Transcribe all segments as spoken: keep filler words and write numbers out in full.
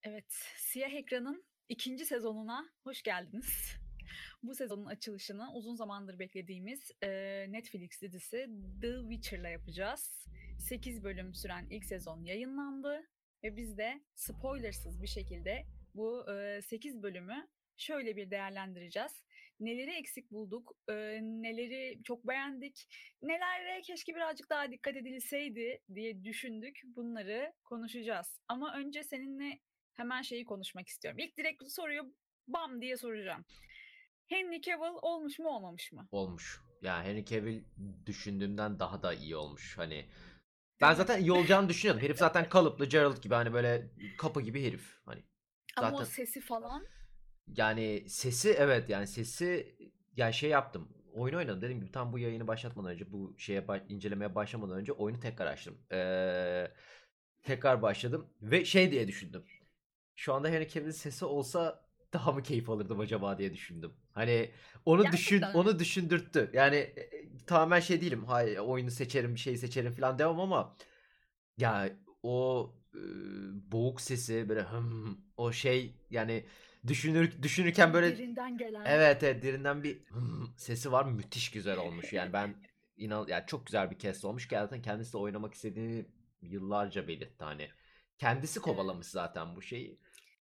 Evet, Siyah Ekran'ın ikinci sezonuna hoş geldiniz. Bu sezonun açılışını uzun zamandır beklediğimiz eee, Netflix dizisi The Witcher'la yapacağız. sekiz bölüm süren ilk sezon yayınlandı ve biz de spoilersız bir şekilde bu eee, sekiz bölümü şöyle bir değerlendireceğiz. Neleri eksik bulduk, eee, neleri çok beğendik, nelere keşke birazcık daha dikkat edilseydi diye düşündük. Bunları konuşacağız. Ama önce seninle hemen şeyi konuşmak istiyorum. İlk direkt soruyu bam diye soracağım. Henry Cavill olmuş mu olmamış mı? Olmuş. Ya Henry Cavill düşündüğümden daha da iyi olmuş. Hani Değil ben mi? zaten iyi olacağını düşünüyordum. Herif zaten kalıplı Geralt gibi, hani böyle kapı gibi herif. Hani Ama o zaten sesi falan yani sesi, evet, yani sesi, yani şey yaptım. Oyun oynadım, dediğim gibi tam bu yayını başlatmadan önce, bu şeye ba- incelemeye başlamadan önce oyunu tekrar açtım. Ee, tekrar başladım ve şey diye düşündüm. Şu anda Henry Cavill'in sesi olsa daha mı keyif alırdım acaba diye düşündüm. Hani onu düşün gerçekten mi? onu düşündürttü. Yani e, e, tamamen şey değilim. Hay oyunu seçerim, bir şey seçerim falan demem ama ya o e, boğuk sesi böyle hım, o şey yani düşünür düşünürken O böyle, derinden gelen. evet, evet, derinden bir hım sesi var, müthiş güzel olmuş. Yani ben inan yani çok güzel bir cast olmuş ki zaten kendisi de oynamak istediğini yıllarca belirtti hani. Kendisi kovalamış Evet. zaten bu şeyi.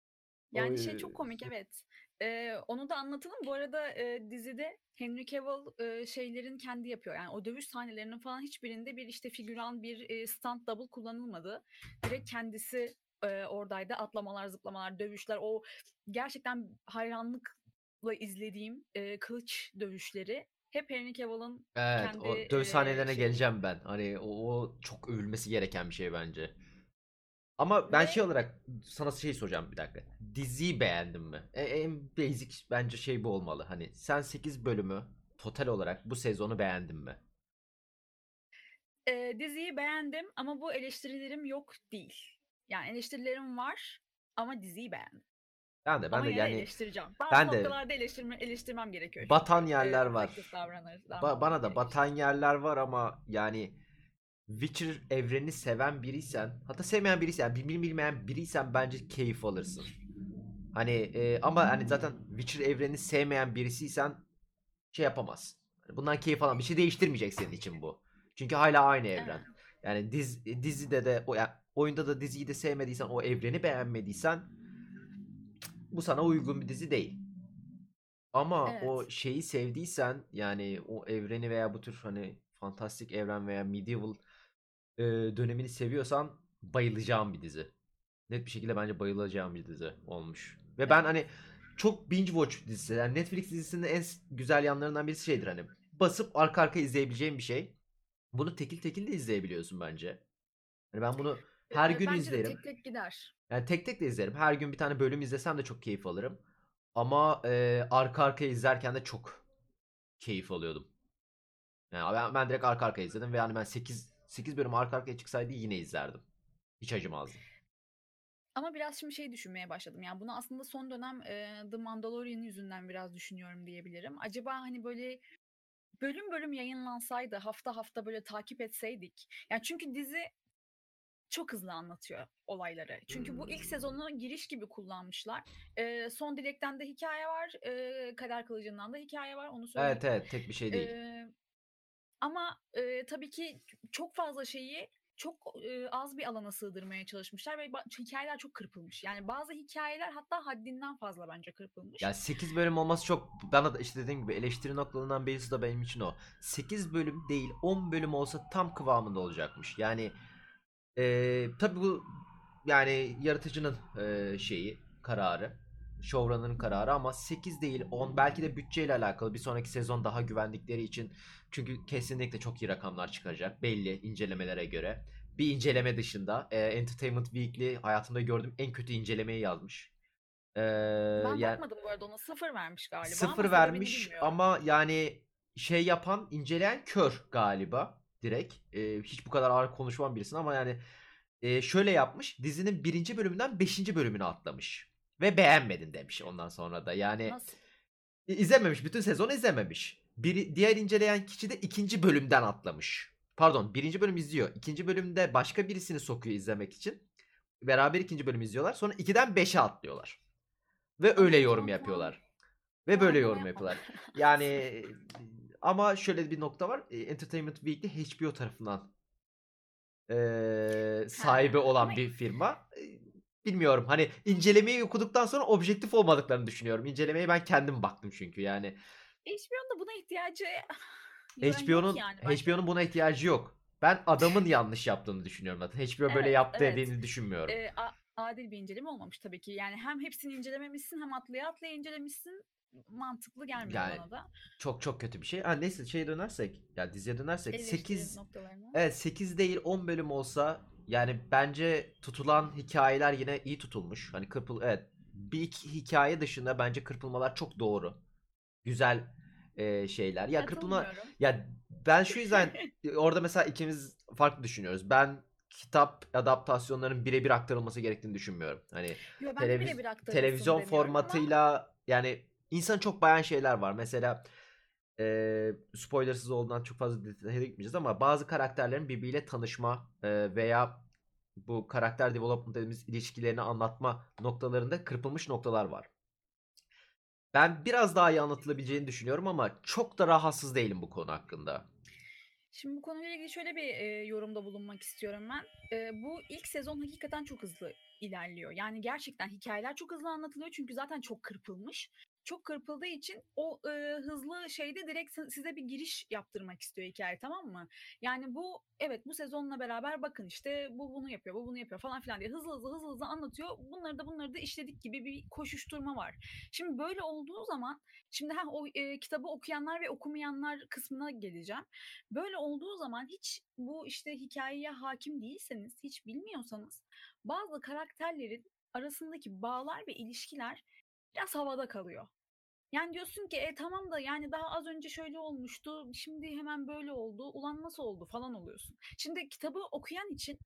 O Yani şey e, çok komik, evet. Ee, onu da anlatalım. Bu arada e, dizide Henry Cavill e, şeylerin kendi yapıyor. Yani o dövüş sahnelerinin falan hiçbirinde bir işte figüran, bir e, stunt double kullanılmadı. Direkt kendisi e, oradaydı. Atlamalar, zıplamalar, dövüşler. O gerçekten hayranlıkla izlediğim e, kılıç dövüşleri hep Henry Cavill'ın evet, kendi o dövüş e, sahnelerine şeyiyle. geleceğim ben. Hani o, o çok övülmesi gereken bir şey bence. Ama ben şey Ve olarak sana şey soracağım bir dakika. Diziyi beğendin mi? E- en basic bence şey bu olmalı. Hani sen sekiz bölümü total olarak bu sezonu beğendin mi? e, diziyi beğendim ama bu eleştirilerim yok değil. Yani eleştirilerim var ama diziyi beğendim. Ben de ben Ama de yine de yani eleştireceğim. Bazı ben de noktalarda eleştirme, eleştirmem gerekiyor batan çünkü. yerler E, objektif var. davranır, Ba- davranmam bana da batan gerekirse. yerler var ama yani Witcher evrenini seven biriysen, hatta sevmeyen biriysen, bilmeyen bilmeyen biriysen bence keyif alırsın. Hani e, ama hani zaten Witcher evrenini sevmeyen birisiysen şey yapamaz. Hani bundan keyif alan bir şey değiştirmeyecek senin için bu. Çünkü hala aynı evren. Evet. Yani diz, dizide de o yani oyunda da diziyi de sevmediysen, o evreni beğenmediysen bu sana uygun bir dizi değil. Ama o Evet. şeyi sevdiysen, yani o evreni veya bu tür hani fantastik evren veya medieval e, dönemini seviyorsan bayılacağım bir dizi. Net bir şekilde bence bayılacağım bir dizi olmuş. Ve ben Evet. hani çok binge watch dizisi. Yani Netflix dizisinin en güzel yanlarından birisi şeydir hani. Basıp arka arka izleyebileceğim bir şey. Bunu tekil tekil de izleyebiliyorsun bence. Hani ben bunu her E, gün bence de izlerim. tek tek gider. Yani tek tek de izlerim. Her gün bir tane bölüm izlesem de çok keyif alırım. Ama e, arka arkaya izlerken de çok keyif alıyordum. Yani ben, ben direkt arka arkaya izledim ve yani ben sekiz sekiz bölüm arka arkaya çıksaydı yine izlerdim. Hiç acımazdım. Ama biraz şimdi şey düşünmeye başladım. Yani bunu aslında son dönem e, The Mandalorian yüzünden biraz düşünüyorum diyebilirim. Acaba hani böyle bölüm bölüm yayınlansaydı, hafta hafta böyle takip etseydik. Yani çünkü dizi çok hızlı anlatıyor olayları. Çünkü bu ilk Hmm. sezonu giriş gibi kullanmışlar. Eee, Son Dilek'ten de hikaye var. Eee, Kader Kılıcı'ndan da hikaye var. Onu Evet, söyleyeyim. evet, tek bir şey değil. Eee, Ama eee, tabii ki çok fazla şeyi çok eee, az bir alana sığdırmaya çalışmışlar ve ba- hikayeler çok kırpılmış. Yani bazı hikayeler hatta haddinden fazla bence kırpılmış. Ya sekiz bölüm olması çok, bana da işte dediğim gibi eleştiri noktalarından birisi de benim için o. sekiz bölüm değil, on bölüm olsa tam kıvamında olacakmış. Yani ee, tabii bu yani yaratıcının ee, şeyi, kararı. Showrunner'ın Hı hı. kararı ama sekiz değil on, belki de bütçeyle alakalı, bir sonraki sezon daha güvendikleri için, çünkü kesinlikle çok iyi rakamlar çıkacak belli incelemelere göre. Bir inceleme dışında e, Entertainment Weekly hayatımda gördüğüm en kötü incelemeyi yazmış. Ee, Ben yani bakmadım bu arada, ona sıfır vermiş galiba ama sıfır sebebini vermiş bilmiyorum. ama yani şey yapan, inceleyen kör galiba direkt. Ee, hiç bu kadar ağır konuşmam birisine ama yani e, şöyle yapmış. Dizinin birinci bölümünden beşinci bölümünü atlamış. Ve beğenmedin demiş ondan sonra da. Yani Nasıl? i- izlememiş. Bütün sezonu izlememiş. Biri, diğer inceleyen kişi de ikinci bölümden atlamış. Pardon, birinci bölüm izliyor. İkinci bölümde başka birisini sokuyor izlemek için. beraber ikinci bölümü izliyorlar. Sonra ikiden beşe atlıyorlar. Ve öyle Ama o yorum zaman puan yapıyorlar. Ve böyle puanlama yorum yapıyorlar. yapmaları lazım. Yani ama şöyle bir nokta var. E, Entertainment Weekly H B O tarafından e, He, sahibi ama olan bir firma. E, bilmiyorum. Hani incelemeyi okuduktan sonra objektif olmadıklarını düşünüyorum. İncelemeye ben kendim baktım çünkü yani. H B O'nun da buna ihtiyacı yo- yok HBO'nun yani HBO'nun başka. buna ihtiyacı yok. Ben adamın yanlış yaptığını düşünüyorum zaten. H B O böyle Evet, yaptı evet. dediğini düşünmüyorum. Eee, a adil bir inceleme olmamış tabii ki. Yani hem hepsini incelememişsin hem atlaya atlaya incelemişsin. Mantıklı gelmedi Yani bana da. çok çok kötü bir şey. Ha, neyse şeye dönersek, ya diziye dönersek Eleştiri sekiz, noktalarına. evet sekiz değil on bölüm olsa yani bence tutulan hikayeler yine iyi tutulmuş. Hani kırpıl evet bir iki hikaye dışında bence kırpılmalar çok doğru. Güzel e, şeyler. Ya kırpılma Katılmıyorum. ya ben şu yüzden orada mesela ikimiz farklı düşünüyoruz. Ben kitap adaptasyonlarının birebir aktarılması gerektiğini düşünmüyorum. Hani Yo, ben de televiz birebir aktarılsın televizyon demiyorum ama formatıyla yani insan çok bayan şeyler var. Mesela e, spoilersız olduğundan çok fazla detaya gitmeyeceğiz ama bazı karakterlerin birbiriyle tanışma e, veya bu karakter development dediğimiz ilişkilerini anlatma noktalarında kırpılmış noktalar var. Ben biraz daha iyi anlatılabileceğini düşünüyorum ama çok da rahatsız değilim bu konu hakkında. şimdi bu konuyla ilgili şöyle bir, eee, yorumda bulunmak istiyorum ben. Eee, bu ilk sezon hakikaten çok hızlı ilerliyor. Yani gerçekten hikayeler çok hızlı anlatılıyor çünkü zaten çok kırpılmış. Çok kırpıldığı için o, eee, hızlı şeyde direkt si size bir giriş yaptırmak istiyor hikaye, tamam mı? Yani bu evet, bu sezonla beraber bakın işte bu bunu yapıyor, bu bunu yapıyor falan filan diye hızlı hızlı, hızlı hızlı anlatıyor. Bunları da bunları da işledik gibi bir koşuşturma var. Şimdi böyle olduğu zaman şimdi heh, o, eee, kitabı okuyanlar ve okumayanlar kısmına geleceğim. Böyle olduğu zaman hiç bu işte hikayeye hakim değilseniz, hiç bilmiyorsanız bazı karakterlerin arasındaki bağlar ve ilişkiler biraz havada kalıyor. Yani diyorsun ki e tamam da yani daha az önce şöyle olmuştu, şimdi hemen böyle oldu, ulan nasıl oldu falan oluyorsun. Şimdi kitabı okuyan için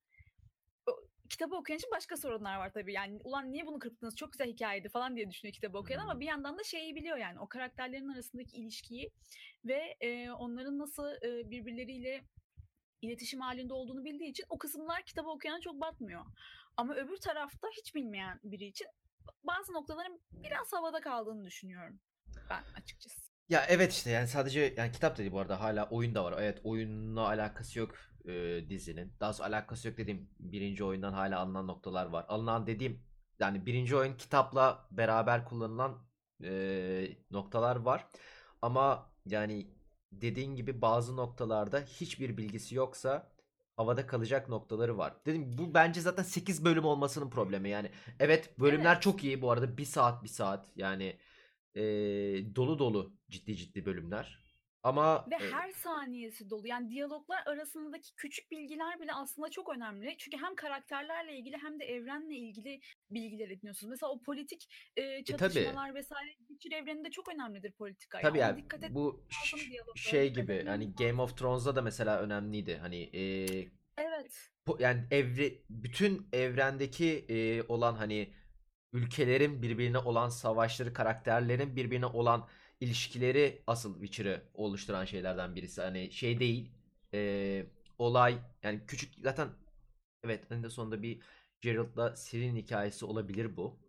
kitabı okuyan için başka sorunlar var tabii. Yani ulan niye bunu kırptınız? Çok güzel hikayeydi falan diye düşünüyor kitabı okuyan ama bir yandan da şeyi biliyor yani o karakterlerin arasındaki ilişkiyi ve e, onların nasıl e, birbirleriyle iletişim halinde olduğunu bildiği için o kısımlar kitabı okuyana çok batmıyor. Ama öbür tarafta hiç bilmeyen biri için bazı noktaların biraz havada kaldığını düşünüyorum ben açıkçası. Ya evet işte yani sadece yani kitap dedi bu arada hala oyun da var. Evet oyunla alakası yok e, dizinin. Daha sonra alakası yok dediğim birinci oyundan hala alınan noktalar var. Alınan dediğim yani birinci oyun kitapla beraber kullanılan e, noktalar var. Ama yani dediğin gibi bazı noktalarda hiçbir bilgisi yoksa havada kalacak noktaları var. Dedim bu bence zaten sekiz bölüm olmasının problemi. Yani evet bölümler Evet. çok iyi bu arada bir saat bir saat yani e, dolu dolu ciddi ciddi bölümler. Ama Ve e, her saniyesi dolu. Yani diyaloglar arasındaki küçük bilgiler bile aslında çok önemli. Çünkü hem karakterlerle ilgili hem de evrenle ilgili bilgiler ediniyorsunuz. Mesela o politik e, e tabi çatışmalar vesaire Witcher evreninde çok önemlidir politika. Yani tabi ona yani dikkat etmeniz bu lazım, ş- diyaloglara şey dikkat gibi etmeniz hani Game lazım. of Thrones'da da mesela önemliydi. Hani e, Evet. po- yani evre bütün evrendeki e, olan hani ülkelerin birbirine olan savaşları, karakterlerin birbirine olan ilişkileri asıl Witcher'ı oluşturan şeylerden birisi. Hani şey değil. e, olay yani küçük zaten evet en de sonunda bir Geralt'la Ciri'nin hikayesi olabilir bu.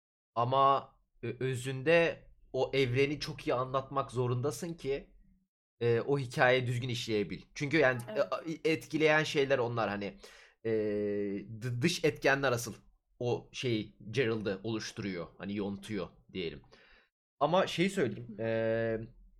Ama ö- özünde o evreni çok iyi anlatmak zorundasın ki e, o hikayeyi düzgün işleyebil. Çünkü yani Evet. e, etkileyen şeyler onlar hani e, dı- dış etkenler asıl o şeyi Gerald'ı oluşturuyor. Hani yontuyor diyelim. Ama şeyi söyleyeyim. E,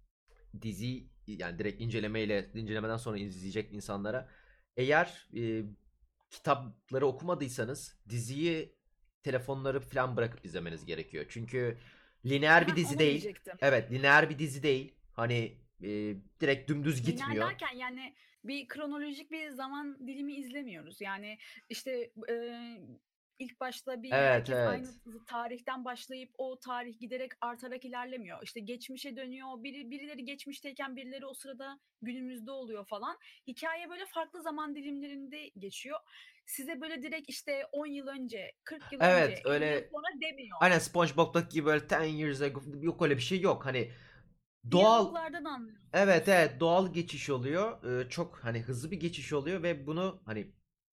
dizi yani direkt incelemeyle incelemeden sonra izleyecek insanlara eğer e, kitapları okumadıysanız diziyi telefonları falan bırakıp izlemeniz gerekiyor. Çünkü lineer bir Heh, dizi onu değil. diyecektim. Evet, lineer bir dizi değil. Hani e, direkt dümdüz Lineer gitmiyor. derken yani bir kronolojik bir zaman dilimi izlemiyoruz. Yani işte eee, ilk başta bir Evet, herkes aynı evet. tarihten başlayıp o tarih giderek artarak ilerlemiyor. İşte geçmişe dönüyor. Biri, birileri geçmişteyken birileri o sırada günümüzde oluyor falan. Hikaye böyle farklı zaman dilimlerinde geçiyor. Size böyle direkt işte on yıl önce, kırk yıl önce, Evet, elli yıl öyle sonra demiyor. aynen SpongeBob'daki gibi böyle on years ago yok öyle bir şey yok. Hani doğal Diyaloglardan evet anlıyorsunuz. evet doğal geçiş oluyor. Ee, çok hani hızlı bir geçiş oluyor ve bunu hani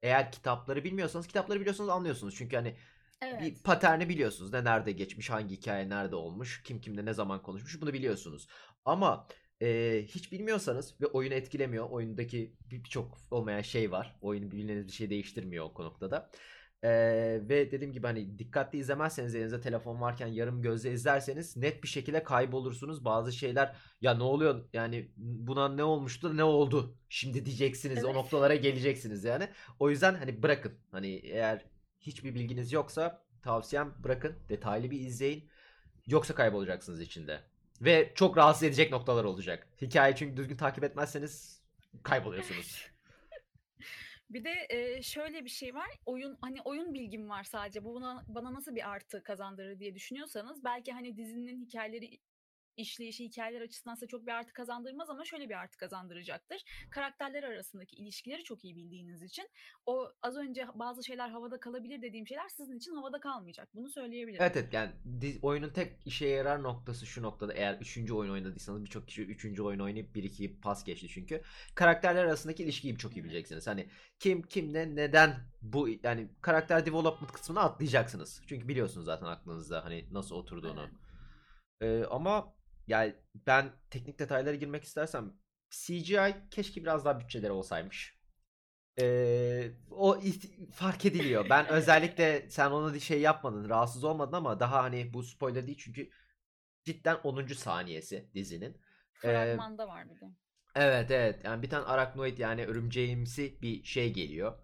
Eğer kitapları bilmiyorsanız, kitapları biliyorsanız anlıyorsunuz. Çünkü hani bir Evet. paterni biliyorsunuz. Ne nerede geçmiş, hangi hikaye nerede olmuş, kim kimle ne zaman konuşmuş, bunu biliyorsunuz. Ama e, hiç bilmiyorsanız ve oyunu etkilemiyor. Oyundaki bir- birçok olmayan şey var. Oyunu bildiğiniz bir şey değiştirmiyor o noktada. E, Ve dediğim gibi hani dikkatli izlemezseniz, elinizde telefon varken yarım gözle izlerseniz net bir şekilde kaybolursunuz. Bazı şeyler, ya ne oluyor yani, buna ne olmuştu, ne oldu şimdi diyeceksiniz, o Evet. noktalara geleceksiniz yani. O yüzden hani bırakın, hani eğer hiçbir bilginiz yoksa tavsiyem bırakın, detaylı bir izleyin. Yoksa kaybolacaksınız içinde. Ve çok rahatsız edecek noktalar olacak. Hikayeyi çünkü düzgün takip etmezseniz kayboluyorsunuz. Evet. Bir de e, şöyle bir şey var. Oyun hani oyun bilgim var sadece. Bu bana, bana nasıl bir artı kazandırır diye düşünüyorsanız belki hani dizinin hikayeleri işleyişi, hikayeler açısından size çok bir artı kazandırmaz ama şöyle bir artı kazandıracaktır. Karakterler arasındaki ilişkileri çok iyi bildiğiniz için o az önce bazı şeyler havada kalabilir dediğim şeyler sizin için havada kalmayacak. Bunu söyleyebilirim. Evet, evet, yani diz- oyunun tek işe yarar noktası şu noktada: eğer üçüncü oyun oynadıysanız, birçok kişi üçüncü oyun oynayıp bir iki pas geçti çünkü. Karakterler arasındaki ilişkiyi çok iyi Evet. bileceksiniz. Hani kim kimle neden, bu yani karakter development kısmını atlayacaksınız. Çünkü biliyorsunuz zaten aklınızda hani nasıl oturduğunu. Evet. Ee, ama yani ben teknik detaylara girmek istersem, C G I keşke biraz daha bütçeleri olsaymış. Ee, o iht- fark ediliyor. Ben özellikle, sen ona bir şey yapmadın, rahatsız olmadın ama daha hani bu spoiler değil çünkü cidden onuncu saniyesi dizinin. Ee, Fragmanda var bir de. evet, evet, yani bir tane arachnoid, yani örümceğimsi bir şey geliyor.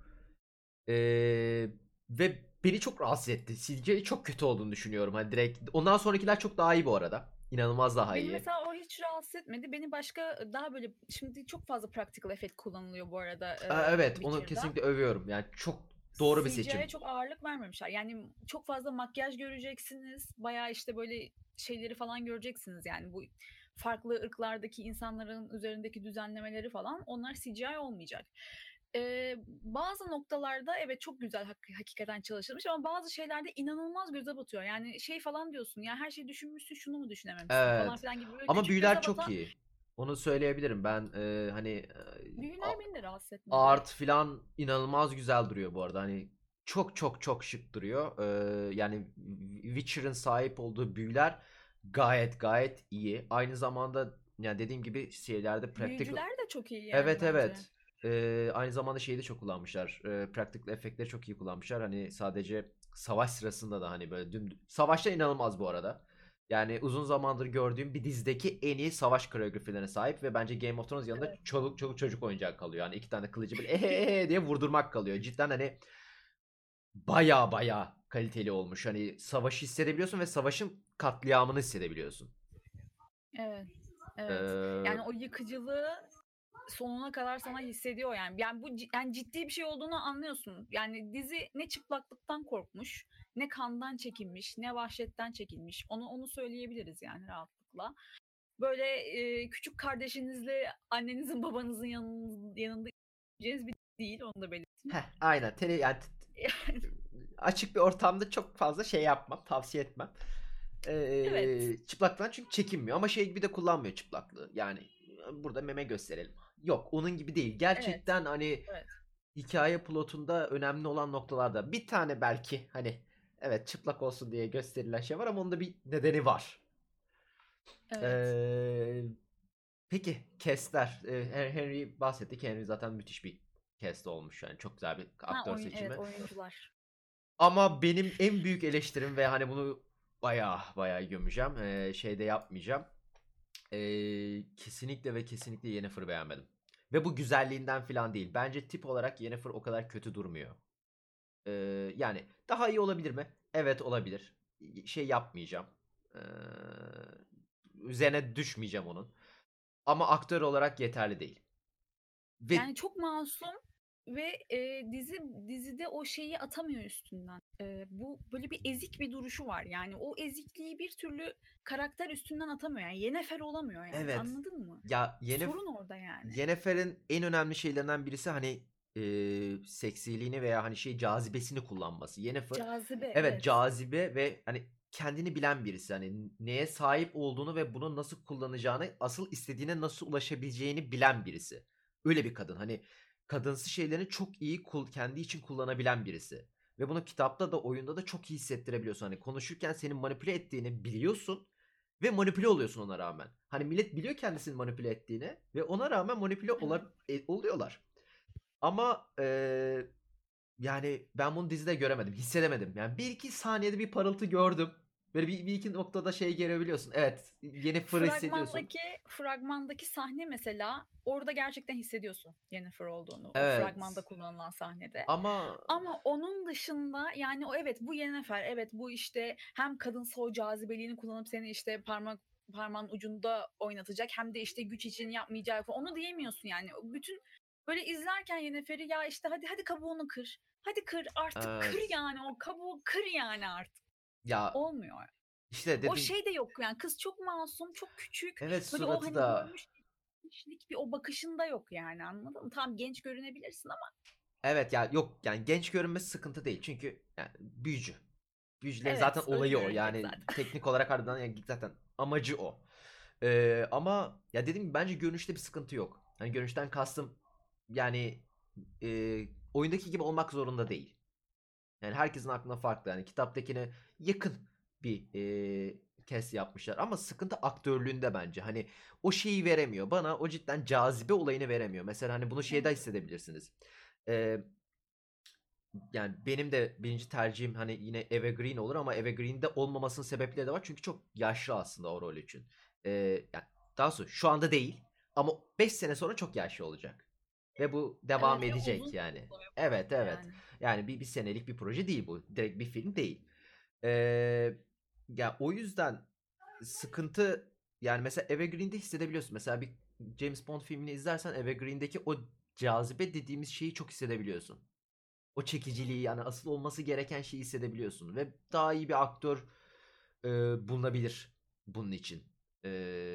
Ee, Ve beni çok rahatsız etti. C G I çok kötü olduğunu düşünüyorum. Hani direkt ondan sonrakiler çok daha iyi bu arada. İnanılmaz daha Beni iyi. mesela o hiç rahatsız etmedi. Beni başka daha böyle şimdi çok fazla practical effect kullanılıyor bu arada Aa, e, evet, onu Witcher'da. kesinlikle övüyorum. Yani çok doğru bir C G I'ye seçim. çok ağırlık vermemişler. Yani çok fazla makyaj göreceksiniz. Bayağı işte böyle şeyleri falan göreceksiniz. Yani bu farklı ırklardaki insanların üzerindeki düzenlemeleri falan onlar C G I olmayacak. Ee, bazı noktalarda evet çok güzel hak- hakikaten çalışılmış ama bazı şeylerde inanılmaz göze batıyor. Yani şey falan diyorsun ya her şeyi düşünmüşsün şunu mu düşünememişsin falan Evet. filan gibi böyle Ama küçük büyüler göze çok batan iyi. Onu söyleyebilirim. Ben e, hani e, büyüler a- beni de rahatsız etmedi. art filan inanılmaz güzel duruyor bu arada. Hani çok çok çok şık duruyor. E, yani Witcher'ın sahip olduğu büyüler gayet gayet iyi. Aynı zamanda yani dediğim gibi şeylerde practical. Büyücüler de çok iyi yani Evet, bence. evet. E, aynı zamanda şeyi de çok kullanmışlar. E, practical efektleri çok iyi kullanmışlar. Hani sadece savaş sırasında da hani böyle düm savaşta inanılmaz bu arada. Yani uzun zamandır gördüğüm bir dizideki en iyi savaş koreografilerine sahip ve bence Game of Thrones yanında Evet. çoluk çoluk çocuk oyuncak kalıyor. Yani iki tane kılıcı böyle ehe diye vurdurmak kalıyor. Cidden hani baya baya kaliteli olmuş. Hani savaşı hissedebiliyorsun ve savaşın katliamını hissedebiliyorsun. Evet. Evet. Ee, Yani o yıkıcılığı sonuna kadar sana hissediyor yani. Yani bu ci- yani ciddi bir şey olduğunu anlıyorsun. Yani dizi ne çıplaklıktan korkmuş, ne kandan çekinmiş, ne vahşetten çekinmiş. Onu onu söyleyebiliriz yani rahatlıkla. Böyle e, küçük kardeşinizle annenizin babanızın yanında, yanında izleyeceğiniz bir değil onu da belirteyim. heh, aynen. Tele, yani açık bir ortamda çok fazla şey yapmam. Tavsiye etmem. Evet. Ee, çıplaktan çünkü çekinmiyor. Ama şey gibi de kullanmıyor çıplaklığı. Yani burada meme gösterelim. Yok, onun gibi değil. Evet. Gerçekten hani Evet. hikaye plotunda önemli olan noktalarda bir tane belki hani, evet, çıplak olsun diye gösterilen şey var ama onun da bir nedeni var. Evet. Ee, peki castler. Ee, Henry bahsettik. Henry zaten müthiş bir cast olmuş. Yani çok güzel bir Ha aktör oyun evet seçimi. oyuncular. Ama benim en büyük eleştirim ve hani bunu bayağı bayağı gömeceğim. Ee, şeyde yapmayacağım. Ee, kesinlikle ve kesinlikle Yennefer'ı beğenmedim. Ve bu güzelliğinden falan değil. Bence tip olarak Yennefer o kadar kötü durmuyor. Ee, Yani daha iyi olabilir mi? Evet, olabilir. Şey yapmayacağım. Ee, Üzerine düşmeyeceğim onun. Ama aktör olarak yeterli değil. Ve Yani çok masum ve e, dizi dizide o şeyi atamıyor üstünden. E, bu böyle bir ezik bir duruşu var. Yani o ezikliği bir türlü karakter üstünden atamıyor. Yani Yennefer olamıyor yani. evet, Anladın mı? ya Yennefer Sorun orada yani. Yennefer'in en önemli şeylerinden birisi hani e, seksiliğini veya hani şey cazibesini kullanması. Yennefer, Cazibe evet, evet. cazibe ve hani kendini bilen birisi. Hani neye sahip olduğunu ve bunu nasıl kullanacağını, asıl istediğine nasıl ulaşabileceğini bilen birisi. Öyle bir kadın. Hani kadınsı şeylerini çok iyi kul- kendi için kullanabilen birisi. Ve bunu kitapta da oyunda da çok iyi hissettirebiliyorsun. Hani konuşurken seni manipüle ettiğini biliyorsun ve manipüle oluyorsun ona rağmen. Hani millet biliyor kendisini manipüle ettiğini ve ona rağmen manipüle Evet. ola- e- oluyorlar. Ama eee, yani ben bunu dizide göremedim, hissedemedim. Yani bir iki saniyede bir parıltı gördüm. Böyle bir, bir iki noktada şey görebiliyorsun. Evet, Yennefer hissediyorsun. Fragmandaki fragmandaki sahne mesela orada gerçekten hissediyorsun Yennefer olduğunu. O fragmanda Evet. kullanılan sahnede. Ama Ama onun dışında yani o evet bu Yennefer, evet bu işte hem kadınsa o cazibeliğini kullanıp seni işte parmak parmağın ucunda oynatacak hem de işte güç için yapmayacağı falan. Onu diyemiyorsun yani. O bütün böyle izlerken Yennefer'i ya işte hadi hadi kabuğunu kır. Hadi kır artık kır evet. yani o kabuğu kır yani artık. Ya Olmuyor. işte O dedim şey de yok yani kız çok masum, çok küçük. evet Böyle o suratı hani da görmüş geçmişlik bir o bakışında yok yani anladın mı? Tamam genç görünebilirsin ama evet ya yok yani genç görünmesi sıkıntı değil. Çünkü yani büyücü. Büyücülerin zaten evet öyle olayı o. görünecek Yani zaten. teknik olarak harbiden yani zaten amacı o. Ee, ama ya dediğim gibi bence görünüşte bir sıkıntı yok. Hani görünüşten kastım yani e, oyundaki gibi olmak zorunda değil. Yani herkesin aklına farklı. Yani kitaptakine yakın bir e, kes yapmışlar. Ama sıkıntı aktörlüğünde bence. Hani o şeyi veremiyor. Bana o cidden cazibe olayını veremiyor. Mesela hani bunu şeyde Evet. hissedebilirsiniz. Ee, yani benim de birinci tercihim hani yine Evergreen olur ama Evergreen'de olmamasının sebepleri de var. Çünkü çok yaşlı aslında o rol için. Ee, yani daha sonra şu anda değil ama beş sene sonra çok yaşlı olacak. Ve bu devam Evet ve edecek uzun yani. soluklu bir Evet proje evet. yani. Yani bir, bir senelik bir proje değil bu. Direkt bir film değil. Ee, ya o yüzden sıkıntı yani mesela Evergreen'de hissedebiliyorsun. Mesela bir James Bond filmini izlersen Evergreen'deki o cazibe dediğimiz şeyi çok hissedebiliyorsun. O çekiciliği yani asıl olması gereken şeyi hissedebiliyorsun ve daha iyi bir aktör e, bulunabilir bunun için. E,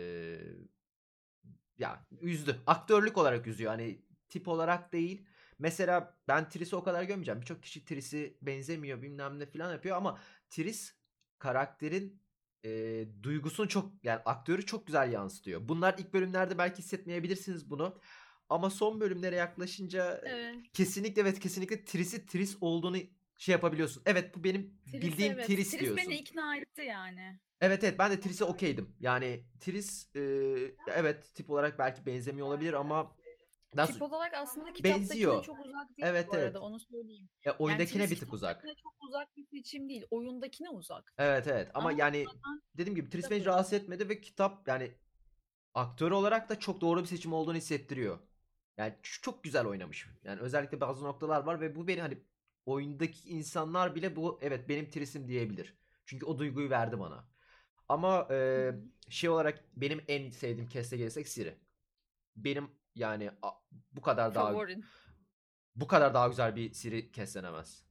ya üzdü. Aktörlük olarak üzüyor. Hani tip olarak değil. Mesela ben Triss'i o kadar gömeceğim. Birçok kişi Triss'i benzemiyor bilmem ne falan yapıyor ama Triss karakterin e, duygusunu çok yani aktörü çok güzel yansıtıyor. Bunlar ilk bölümlerde belki hissetmeyebilirsiniz bunu. Ama son bölümlere yaklaşınca e, Evet. kesinlikle evet kesinlikle Triss'i Triss olduğunu şey yapabiliyorsun. Evet bu benim Tris bildiğim evet. Triss Tris beni diyorsun. ikna etti yani. Evet evet ben de Triss'e okeydim. Yani Triss e, evet tip olarak belki benzemiyor olabilir ama Tip nasıl olarak aslında kitaptakine benziyor. çok uzak değil bu Evet arada evet. onu söyleyeyim. E, Yani oyundakine Tris bir tık uzak. kitaptakine çok uzak bir seçim değil. Oyundakine uzak. Evet evet ama Ama yani zaten dediğim gibi Triss kitap beni öyle. rahatsız etmedi ve kitap yani aktör olarak da çok doğru bir seçim olduğunu hissettiriyor. Yani ç- çok güzel oynamış. Yani özellikle bazı noktalar var ve bu beni hani oyundaki insanlar bile bu evet benim Triss'im diyebilir. Çünkü o duyguyu verdi bana. Ama Hı e, hı. şey olarak benim en sevdiğim keste gelirsek Siri. Benim yani a- bu kadar daha Favorin. bu kadar daha güzel bir Siri kestlenemez.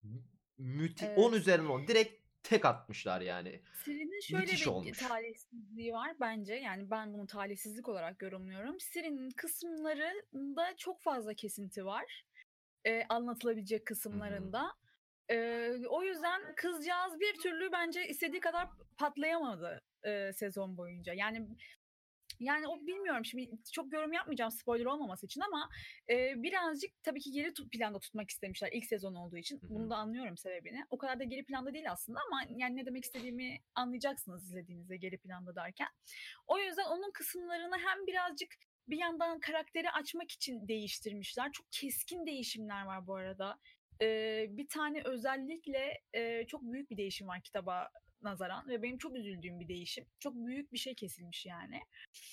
Müthi on Evet. üzerinden on direkt tek atmışlar yani. Siri'nin şöyle Müthiş bir olmuş. talihsizliği var bence. Yani ben bunu talihsizlik olarak yorumluyorum. Siri'nin kısımlarında çok fazla kesinti var. Eee, anlatılabilecek Hı hı. kısımlarında. Eee, o yüzden kızcağız bir türlü bence istediği kadar patlayamadı eee, sezon boyunca. Yani yani o bilmiyorum şimdi çok yorum yapmayacağım spoiler olmaması için ama e, birazcık tabii ki geri tut, planda tutmak istemişler ilk sezon olduğu için. Hı Bunu hı. da anlıyorum sebebini. O kadar da geri planda değil aslında ama yani ne demek istediğimi anlayacaksınız izlediğinizde geri planda derken. O yüzden onun kısımlarını hem birazcık bir yandan karakteri açmak için değiştirmişler. Çok keskin değişimler var bu arada. Ee, bir tane özellikle e, çok büyük bir değişim var kitaba nazaran ve benim çok üzüldüğüm bir değişim. Çok büyük bir şey kesilmiş yani.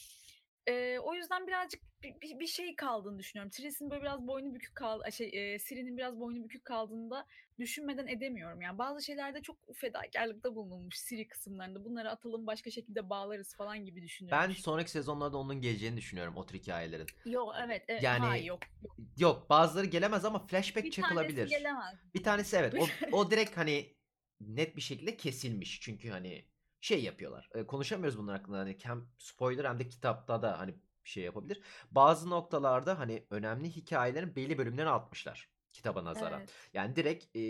Ee, o yüzden birazcık bir, bir, bir şey kaldığını düşünüyorum. Triss'in böyle biraz boynu bükük kal şey e, Ciri'nin biraz boynu bükük kaldığında düşünmeden edemiyorum. Yani bazı şeylerde çok fedakarlıkta bulunulmuş Ciri kısımlarında. Bunları atalım başka şekilde bağlarız falan gibi Ben düşünülmüş. sonraki sezonlarda onun geleceğini düşünüyorum o tür hikayelerin. Yok evet, evet hayır Yani yok. yok bazıları gelemez ama flashback Bir tanesi çakılabilir. gelemez. Bir tanesi evet o, o direkt hani net bir şekilde kesilmiş. Çünkü hani şey yapıyorlar. E, konuşamıyoruz bunlar hakkında. Hani hem spoiler hem de kitapta da hani bir şey yapabilir. Bazı noktalarda hani önemli hikayelerin belli bölümlerini atmışlar kitaba nazaran. Evet. Yani direkt e,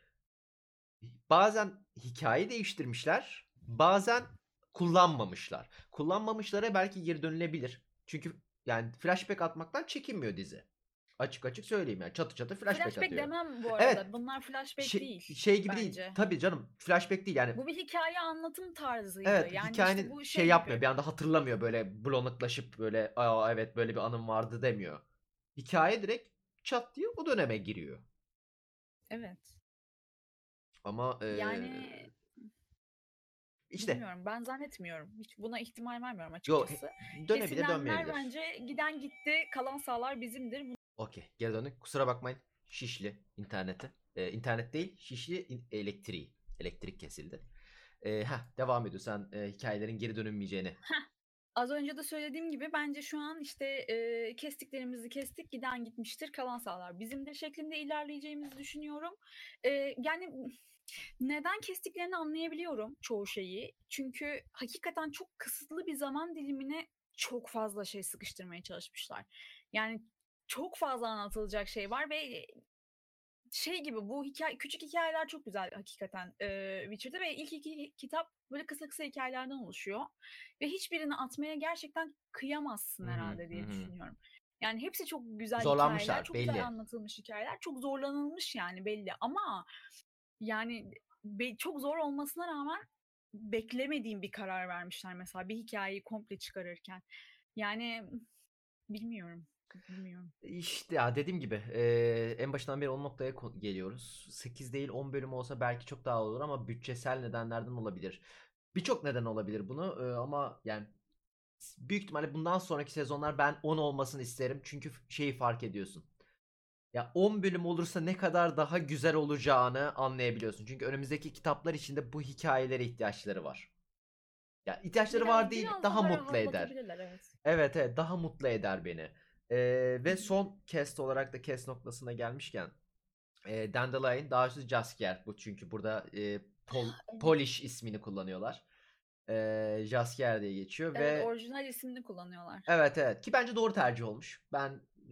bazen hikaye değiştirmişler, bazen kullanmamışlar. Kullanmamışlara belki geri dönülebilir. Çünkü yani flashback atmaktan çekinmiyor dizi. Açık açık söyleyeyim yani. Çatı çatı flashback Flashback atıyor. demem bu Evet. arada. Bunlar flashback Şey, değil şey gibi değil. bence. Tabii canım. Flashback değil yani. Bu bir hikaye anlatım tarzıydı. Evet, Yani işte hikayenin bu şey şey yapmıyor. gibi. Bir anda hatırlamıyor böyle bulanıklaşıp böyle aa evet böyle bir anım vardı demiyor. Hikaye direkt çat diye o döneme giriyor. Evet. Ama Yani eee işte bilmiyorum. Ben zannetmiyorum. Hiç buna ihtimal vermiyorum yo açıkçası. dönebilir Kesilenler dönmeyebilir. bence giden gitti, kalan sağlar bizimdir. Bu- Okey, geri döndük. Kusura bakmayın. Şişli interneti. Ee, internet değil, Şişli in- elektriği. Elektrik kesildi. Ee, heh, devam ediyor sen e, hikayelerin geri dönülmeyeceğini. Az önce de söylediğim gibi bence şu an işte e, kestiklerimizi kestik, giden gitmiştir, kalan sağlar bizimdir şeklinde ilerleyeceğimizi düşünüyorum. E, yani neden kestiklerini anlayabiliyorum çoğu şeyi. Çünkü hakikaten çok kısıtlı bir zaman dilimine çok fazla şey sıkıştırmaya çalışmışlar. Yani çok fazla anlatılacak şey var ve şey gibi bu hikaye, küçük hikayeler çok güzel hakikaten e, Witcher'da ve ilk iki kitap böyle kısa kısa hikayelerden oluşuyor. Ve hiçbirini atmaya gerçekten kıyamazsın Hı hı, herhalde hı diye hı. düşünüyorum. Yani hepsi çok güzel hikayeler, Zorlanmışlar çok güzel belli. anlatılmış hikayeler, çok zorlanılmış yani belli ama yani be- çok zor olmasına rağmen beklemediğim bir karar vermişler mesela bir hikayeyi komple çıkarırken. Yani bilmiyorum, bilmiyorum. İşte ya dediğim gibi e, en başından beri o noktaya ko- geliyoruz. sekiz değil on bölüm olsa belki çok daha olur ama bütçesel nedenlerden olabilir. Birçok neden olabilir bunu e, ama yani büyük ihtimalle bundan sonraki sezonlar ben on olmasını isterim. Çünkü şeyi fark ediyorsun. Ya on bölüm olursa ne kadar daha güzel olacağını anlayabiliyorsun. Çünkü önümüzdeki kitaplar içinde bu hikayelere ihtiyaçları var. Ya ihtiyaçları var Biraz değil, biraz daha daha mutlu eder. rahatlatabilirler evet. Evet evet daha mutlu eder beni. Ee, Hı ve hı. son cast olarak da cast noktasına gelmişken e, Dandelion daha doğrusu Jaskier bu çünkü burada e, Pol, Evet. Polish ismini kullanıyorlar. E, Jaskier diye geçiyor Evet, ve orijinal ismini kullanıyorlar. evet evet ki bence doğru tercih olmuş. Ben e,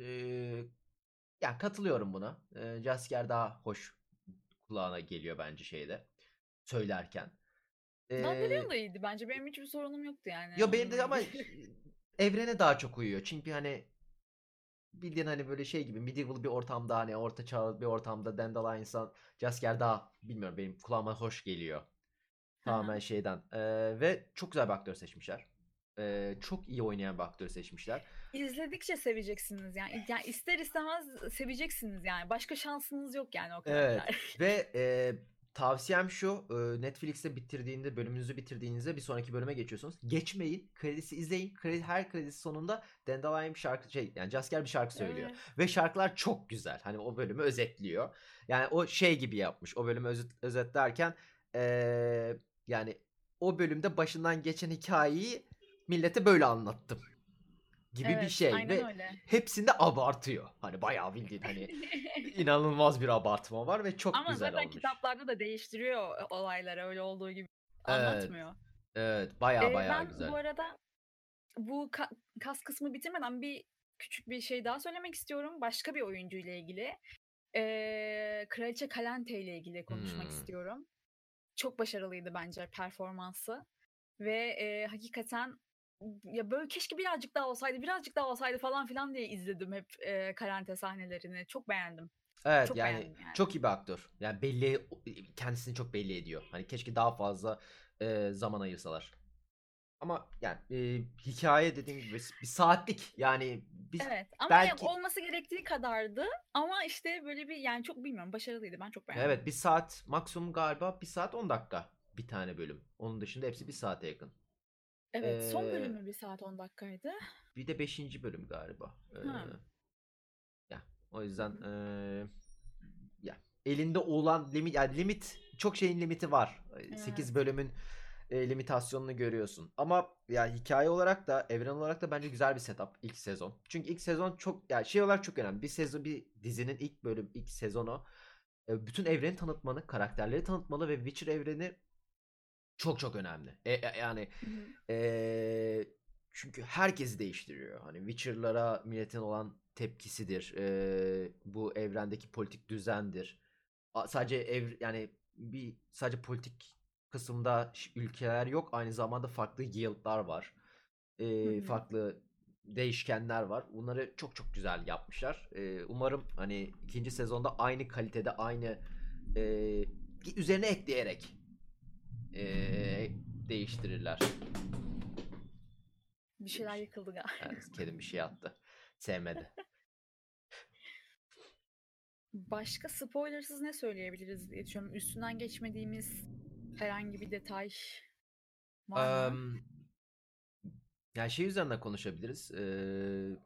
yani katılıyorum buna. E, Jaskier daha hoş kulağına geliyor bence şeyde söylerken. Dandelion E, da iyiydi bence. Benim hiçbir sorunum yoktu yani ya benim onunla de ama ilgili. evrene daha çok uyuyor. Çünkü hani bildiğin hani böyle şey gibi medieval bir ortamda hani orta çağ bir ortamda Dandelion insan Jaskier daha bilmiyorum benim kulağıma hoş geliyor. Hı Tamamen hı. şeyden. Ee, ve çok güzel bir aktör seçmişler. Ee, çok iyi oynayan bir aktör seçmişler. İzledikçe seveceksiniz yani. Yani ister istemez seveceksiniz yani. Başka şansınız yok yani o Evet karakter. ve e, tavsiyem şu e, Netflix'te bitirdiğinde bölümünüzü bitirdiğinizde bir sonraki bölüme geçiyorsunuz. Geçmeyin kredisi izleyin. Kredi, her kredisi sonunda Dandelion bir şarkı şey yani Jaskier bir şarkı söylüyor. Evet. Ve şarkılar çok güzel. Hani o bölümü özetliyor. Yani o şey gibi yapmış. O bölümü özet, özetlerken e, yani o bölümde başından geçen hikayeyi millete böyle anlattım gibi bir Evet, şey aynen ve öyle. hepsinde abartıyor. Hani bayağı bildiğin hani inanılmaz bir abartma var ve çok Ama güzel zaten olmuş. kitaplarda da değiştiriyor olayları öyle olduğu gibi Evet. anlatmıyor. Evet. Bayağı Ee, bayağı ben bu güzel. arada bu ka- kas kısmı bitirmeden bir küçük bir şey daha söylemek istiyorum. Başka bir oyuncu ile ilgili. Ee, Kraliçe Kalente ile ilgili konuşmak Hmm. istiyorum. Çok başarılıydı bence performansı ve e, hakikaten ya böyle keşke birazcık daha olsaydı, birazcık daha olsaydı falan filan diye izledim hep e, Kalente sahnelerini. Çok beğendim. Evet Çok yani beğendim yani. çok iyi bir aktör. Yani belli kendisini çok belli ediyor. Hani keşke daha fazla e, zaman ayırsalar. Ama yani e, hikaye dediğim gibi bir saatlik yani biz Evet ama ya belki olması gerektiği kadardı ama işte böyle bir yani çok bilmiyorum başarılıydı. Ben çok beğendim. evet bir saat maksimum galiba bir saat on dakika bir tane bölüm. Onun dışında hepsi bir saate yakın. Evet, son Ee, bölümü bir saat on dakikaydı. bir de beşinci bölüm galiba. Ee, Ha. ya o Hı yüzden hı. ee, ya elinde olan limit yani limit çok şeyin limiti var. sekiz Evet. bölümün e, limitasyonunu görüyorsun. Ama ya hikaye olarak da evren olarak da bence güzel bir setup ilk sezon. Çünkü ilk sezon çok ya şey olarak çok önemli. Bir sezon bir dizinin ilk bölüm ilk sezonu e, bütün evreni tanıtmanı, karakterleri tanıtmalı ve Witcher evreni çok çok önemli. E, e, yani Hı hı. e, çünkü herkesi değiştiriyor. Hani Witcher'lara milletin olan tepkisidir. E, bu evrendeki politik düzendir. A- sadece ev yani bir sadece politik kısımda ş- ülkeler yok. Aynı zamanda farklı guild'lar var. Hı E, hı. farklı değişkenler var. Bunları çok çok güzel yapmışlar. Ee, umarım hani ikinci sezonda aynı kalitede, aynı e, üzerine ekleyerek e, değiştirirler. Bir şeyler Demiş. yıkıldı galiba. Evet, kedim bir şey attı. Sevmedi. Başka spoilersız ne söyleyebiliriz diye düşünüyorum. Üstünden geçmediğimiz herhangi bir detay var mı? Um, yani şey üzerinden konuşabiliriz. Ee,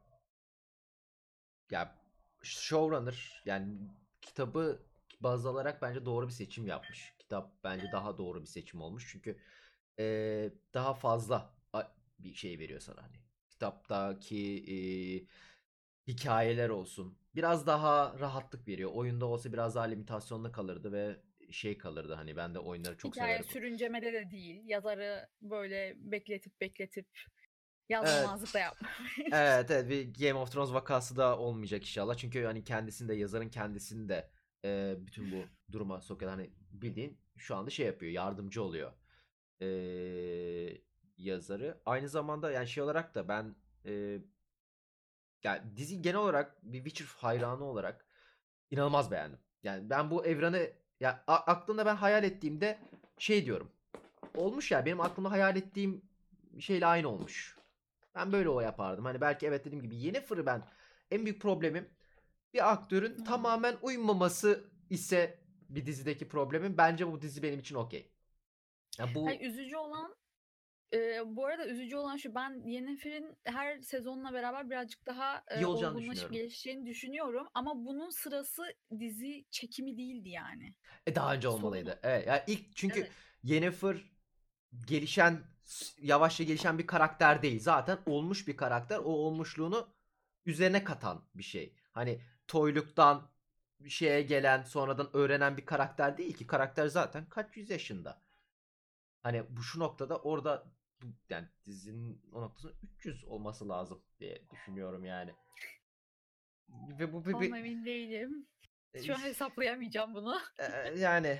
ya showrunner yani kitabı baz alarak bence doğru bir seçim yapmış. Kitap bence daha doğru bir seçim olmuş. Çünkü ee, daha fazla bir şey veriyor sana hani. Kitaptaki ee, hikayeler olsun. Biraz daha rahatlık veriyor. Oyunda olsa biraz daha limitasyonlu kalırdı ve şey kalırdı hani ben de oyunları çok Hikaye severim. sürüncemede de değil. Yazarı böyle bekletip bekletip Evet. yazmamazlık da yapmamış. Evet, evet bir Game of Thrones vakası da olmayacak inşallah. Çünkü hani kendisini de yazarın kendisini de e, bütün bu duruma sokuyor. Hani bildiğin şu anda şey yapıyor, yardımcı oluyor e, yazarı. Aynı zamanda yani şey olarak da ben e, yani dizi genel olarak bir Witcher hayranı olarak inanılmaz beğendim. Yani ben bu evreni ya a- aklımda ben hayal ettiğimde şey diyorum. Olmuş ya benim aklımda hayal ettiğim şeyle aynı olmuş. Ben böyle o yapardım. Hani belki evet dediğim gibi Yennefer'ı ben en büyük problemim bir aktörün Hı hı. tamamen uymaması ise bir dizideki problemim. Bence bu dizi benim için okey. Ya Hayır, bu üzücü olan e, bu arada üzücü olan şu, ben Yennefer'in her sezonla beraber birazcık daha e, iyi olacağını olgunlaşıp düşünüyorum. gelişeceğini düşünüyorum. Ama bunun sırası dizi çekimi değildi yani. E daha önce Sorun o. olmalıydı. Evet. Yani ilk çünkü Evet. Yennefer gelişen yavaşça gelişen bir karakter değil. Zaten olmuş bir karakter. O olmuşluğunu üzerine katan bir şey. Hani toyluktan bir şeye gelen sonradan öğrenen bir karakter değil ki. Karakter zaten kaç yüz yaşında. Hani bu şu noktada orada yani dizinin o noktasında üç yüz olması lazım diye düşünüyorum yani. Ve bu bir, Tam bir emin değilim. e, Şu an hesaplayamayacağım bunu. e, yani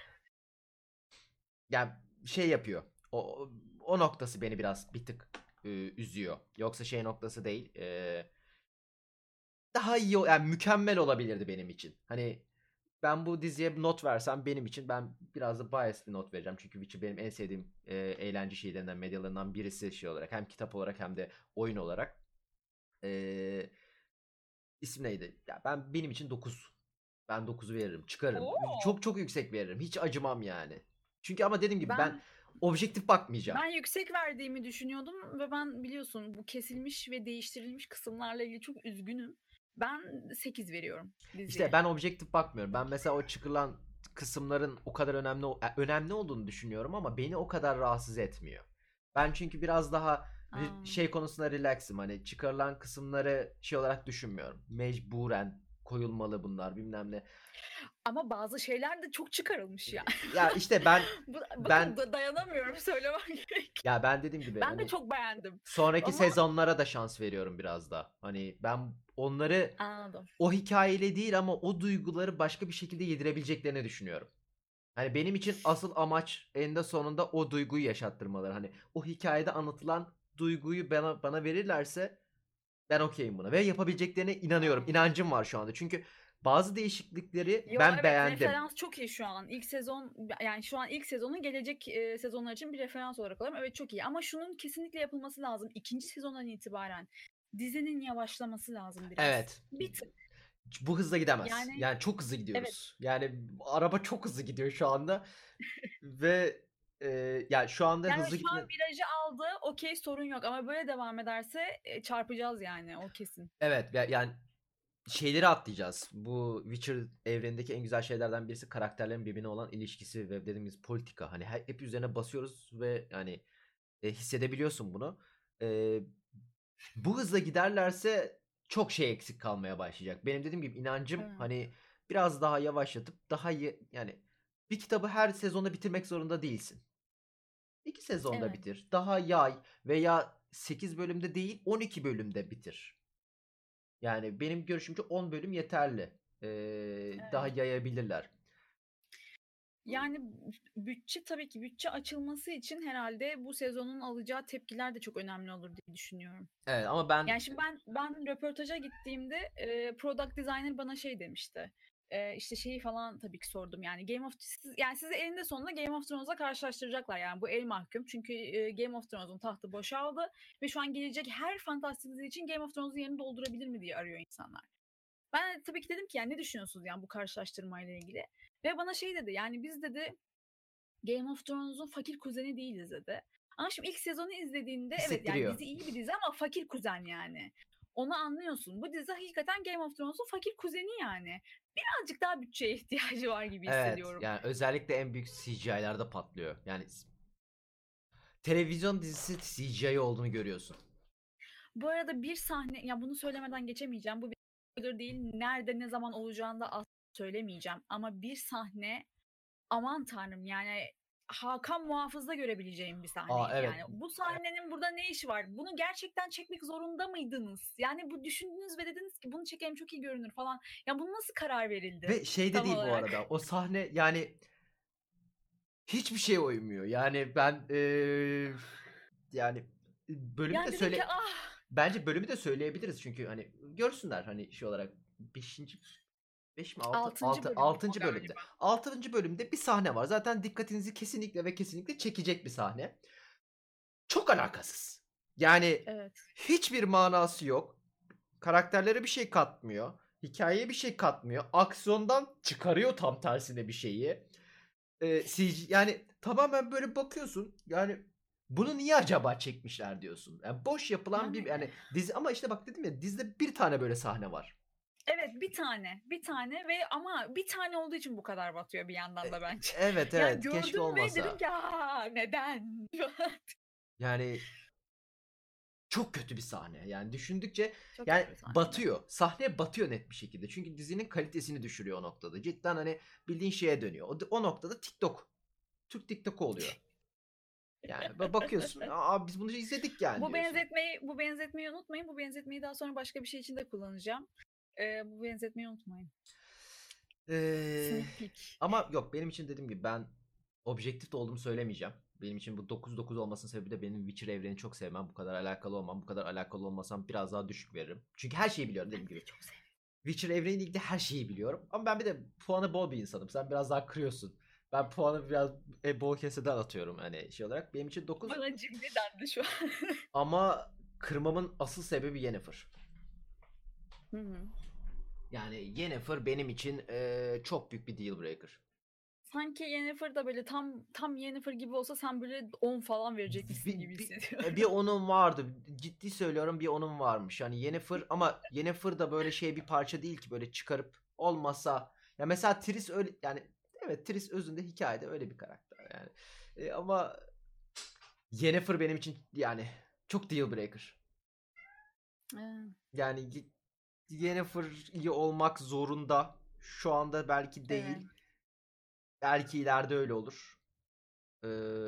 yani şey yapıyor. O o noktası beni biraz bir tık e, üzüyor. Yoksa şey noktası değil. E, daha iyi yani mükemmel olabilirdi benim için. Hani ben bu diziye bir not versem benim için ben biraz da biased bir not vereceğim. Çünkü Witcher benim en sevdiğim e, eğlence şeylerinden, medyalarından birisi şey olarak. Hem kitap olarak hem de oyun olarak. E, ismi neydi? Ya ben benim için dokuz. Ben dokuzu veririm. Çıkarırım. Oo. Çok çok yüksek veririm. Hiç acımam yani. Çünkü ama dediğim gibi ben Ben objektif bakmayacağım. ben yüksek verdiğimi düşünüyordum ve ben biliyorsun bu kesilmiş ve değiştirilmiş kısımlarla ilgili çok üzgünüm. Ben sekiz veriyorum İşte diziye. ben objektif bakmıyorum. Ben mesela o çıkılan kısımların o kadar önemli e, önemli olduğunu düşünüyorum ama beni o kadar rahatsız etmiyor. Ben çünkü biraz daha Aa. şey konusunda relaxım. Hani çıkarılan kısımları şey olarak düşünmüyorum. Mecburen koyulmalı bunlar bilmem ne. Ama bazı şeyler de çok çıkarılmış ya. Ya işte ben Bu, bakın ben da- dayanamıyorum söylemem gerek. ya ben dediğim gibi Ben de hani çok beğendim. sonraki Ama sezonlara da şans veriyorum biraz da. Hani ben onları anladım. o hikayeyle değil ama o duyguları başka bir şekilde yedirebileceklerini düşünüyorum. Hani benim için asıl amaç eninde sonunda o duyguyu yaşattırmaları. Hani o hikayede anlatılan duyguyu bana bana verirlerse ben okeyim buna ve yapabileceklerine inanıyorum. Aa. İnancım var şu anda. Çünkü bazı değişiklikleri Yo, ben evet, beğendim. referans çok iyi şu an. İlk sezon, yani şu an ilk sezonun gelecek e, sezonlar için bir referans olarak alıyorum. Evet, çok iyi ama şunun kesinlikle yapılması lazım. İkinci sezondan itibaren dizinin yavaşlaması lazım biraz. Evet. Bir tık. Bu hızla gidemez. Yani Yani çok hızlı evet. gidiyoruz. Yani araba çok hızlı gidiyor şu anda ve e, yani şu anda Yani hızlı şu an gitme. virajı aldı. Okey, sorun yok ama böyle devam ederse e, çarpacağız yani, o kesin. Evet ya- yani şeyleri atlayacağız. Bu Witcher evrenindeki en güzel şeylerden birisi karakterlerin birbirine olan ilişkisi ve dediğimiz politika. Hani he- hep üzerine basıyoruz ve yani e, hissedebiliyorsun bunu. E, bu hızla giderlerse çok şey eksik kalmaya başlayacak. Benim dediğim gibi inancım Evet. hani biraz daha yavaşlatıp daha iyi yani bir kitabı her sezonda bitirmek zorunda değilsin. İki sezonda Evet. bitir. Daha yay veya sekiz bölümde değil on iki bölümde bitir. Yani benim görüşümce on bölüm yeterli. Ee, daha Evet. yayabilirler. Yani bütçe tabii ki bütçe açılması için herhalde bu sezonun alacağı tepkiler de çok önemli olur diye düşünüyorum. Evet ama ben Yani şimdi ben ben röportaja gittiğimde e, product designer bana şey demişti. E, işte şeyi falan tabii ki sordum yani Game of siz, yani sizi elinde sonunda Game of Thrones'la karşılaştıracaklar yani bu el mahkum. Çünkü e, Game of Thrones'un tahtı boşaldı ve şu an gelecek her fantastik dizi için Game of Thrones'un yerini doldurabilir mi diye arıyor insanlar. Ben de tabii ki dedim ki yani ne düşünüyorsunuz yani bu karşılaştırmayla ilgili? Ve bana şey dedi yani biz dedi Game of Thrones'un fakir kuzeni değiliz dedi. Ama şimdi ilk sezonu izlediğinde evet yani hissettiriyor. dizi iyi bir dizi ama fakir kuzen yani. Onu anlıyorsun. Bu dizi hakikaten Game of Thrones'un fakir kuzeni yani. Birazcık daha bütçeye ihtiyacı var gibi Evet hissediyorum. yani özellikle en büyük C G I'larda patlıyor. Yani televizyon dizisi C G I olduğunu görüyorsun. Bu arada bir sahne, ya bunu söylemeden geçemeyeceğim. Bu bir spoiler değil. Nerede ne zaman olacağını da asla söylemeyeceğim. Ama bir sahne aman tanrım yani Hakan Muhafız'da görebileceğim bir Aa sahneydi evet. yani. Bu sahnenin burada ne işi var? Bunu gerçekten çekmek zorunda mıydınız? Yani bu düşündünüz ve dediniz ki bunu çekelim çok iyi görünür falan. Ya bu nasıl karar verildi Ve şey de tam değil bu olarak? arada. O sahne yani hiçbir şeye uymuyor. Yani ben eee, yani bölümü de Yani dedim ki söyle ah bence bölümü de söyleyebiliriz çünkü hani görsünler hani şey olarak beşinci beş mi altı altıncı altı bölüm o altıncı bölümde. galiba. altıncı bölümde bir sahne var. Zaten dikkatinizi kesinlikle ve kesinlikle çekecek bir sahne. Çok alakasız. Yani Evet. hiçbir manası yok. Karakterlere bir şey katmıyor. Hikayeye bir şey katmıyor. Aksiyondan çıkarıyor tam tersine bir şeyi. Ee, C G, yani tamamen böyle bakıyorsun. Yani bunu niye acaba çekmişler diyorsun. Yani boş yapılan bir Yani yani dizi ama işte bak dedim ya dizide bir tane böyle sahne var. evet bir tane bir tane ve ama bir tane olduğu için bu kadar batıyor bir E, yandan da bence. evet Yani evet keşke gördüm ve dedim olmasa. ki aa neden? Yani çok kötü bir sahne. Yani düşündükçe Çok yani kötü bir sahneydi. batıyor. Sahne batıyor net bir şekilde. Çünkü dizinin kalitesini düşürüyor o noktada. Cidden hani bildiğin şeye dönüyor. O, o noktada TikTok. Türk TikTok'u oluyor. Yani bakıyorsun, aa biz bunu izledik yani Bu diyorsun. benzetmeyi bu benzetmeyi unutmayın. Bu benzetmeyi daha sonra başka bir şey için de kullanacağım. Eee, bu benzetmeyi unutmayın. Ee, Sneak peek. ama yok benim için dediğim gibi ben objektif de olduğumu söylemeyeceğim. Benim için bu dokuz dokuz olmasının sebebi de benim Witcher evrenini çok sevmem. Bu kadar alakalı olmam. Bu kadar alakalı olmasam biraz daha düşük veririm. Çünkü her şeyi biliyorum dediğim Ben de gibi. çok seviyorum. Witcher evreniyle ilgili her şeyi biliyorum. Ama ben bir de puanı bol bir insanım. Sen biraz daha kırıyorsun. Ben puanı biraz e, bol keseden atıyorum hani şey olarak. Benim için dokuz Bana cimri dendi şu an. ama kırmamın asıl sebebi Yennefer. Hı hı. Yani Yennefer benim için e, çok büyük bir deal breaker. Sanki Yennefer da böyle tam tam Yennefer gibi olsa sen böyle on falan verecekmişsin gibi Bir, bir, e, bir hissediyorum. onun vardı. Ciddi söylüyorum bir onun varmış. Yani Yennefer ama Yennefer da böyle şey bir parça değil ki böyle çıkarıp olmasa. Ya mesela Triss öyle yani evet Triss özünde hikayede öyle bir karakter yani. E, ama Yennefer benim için yani çok deal breaker. Ee, Yani Y- Yennefer iyi olmak zorunda. Şu anda belki evet. değil. Belki ileride öyle olur. Ee,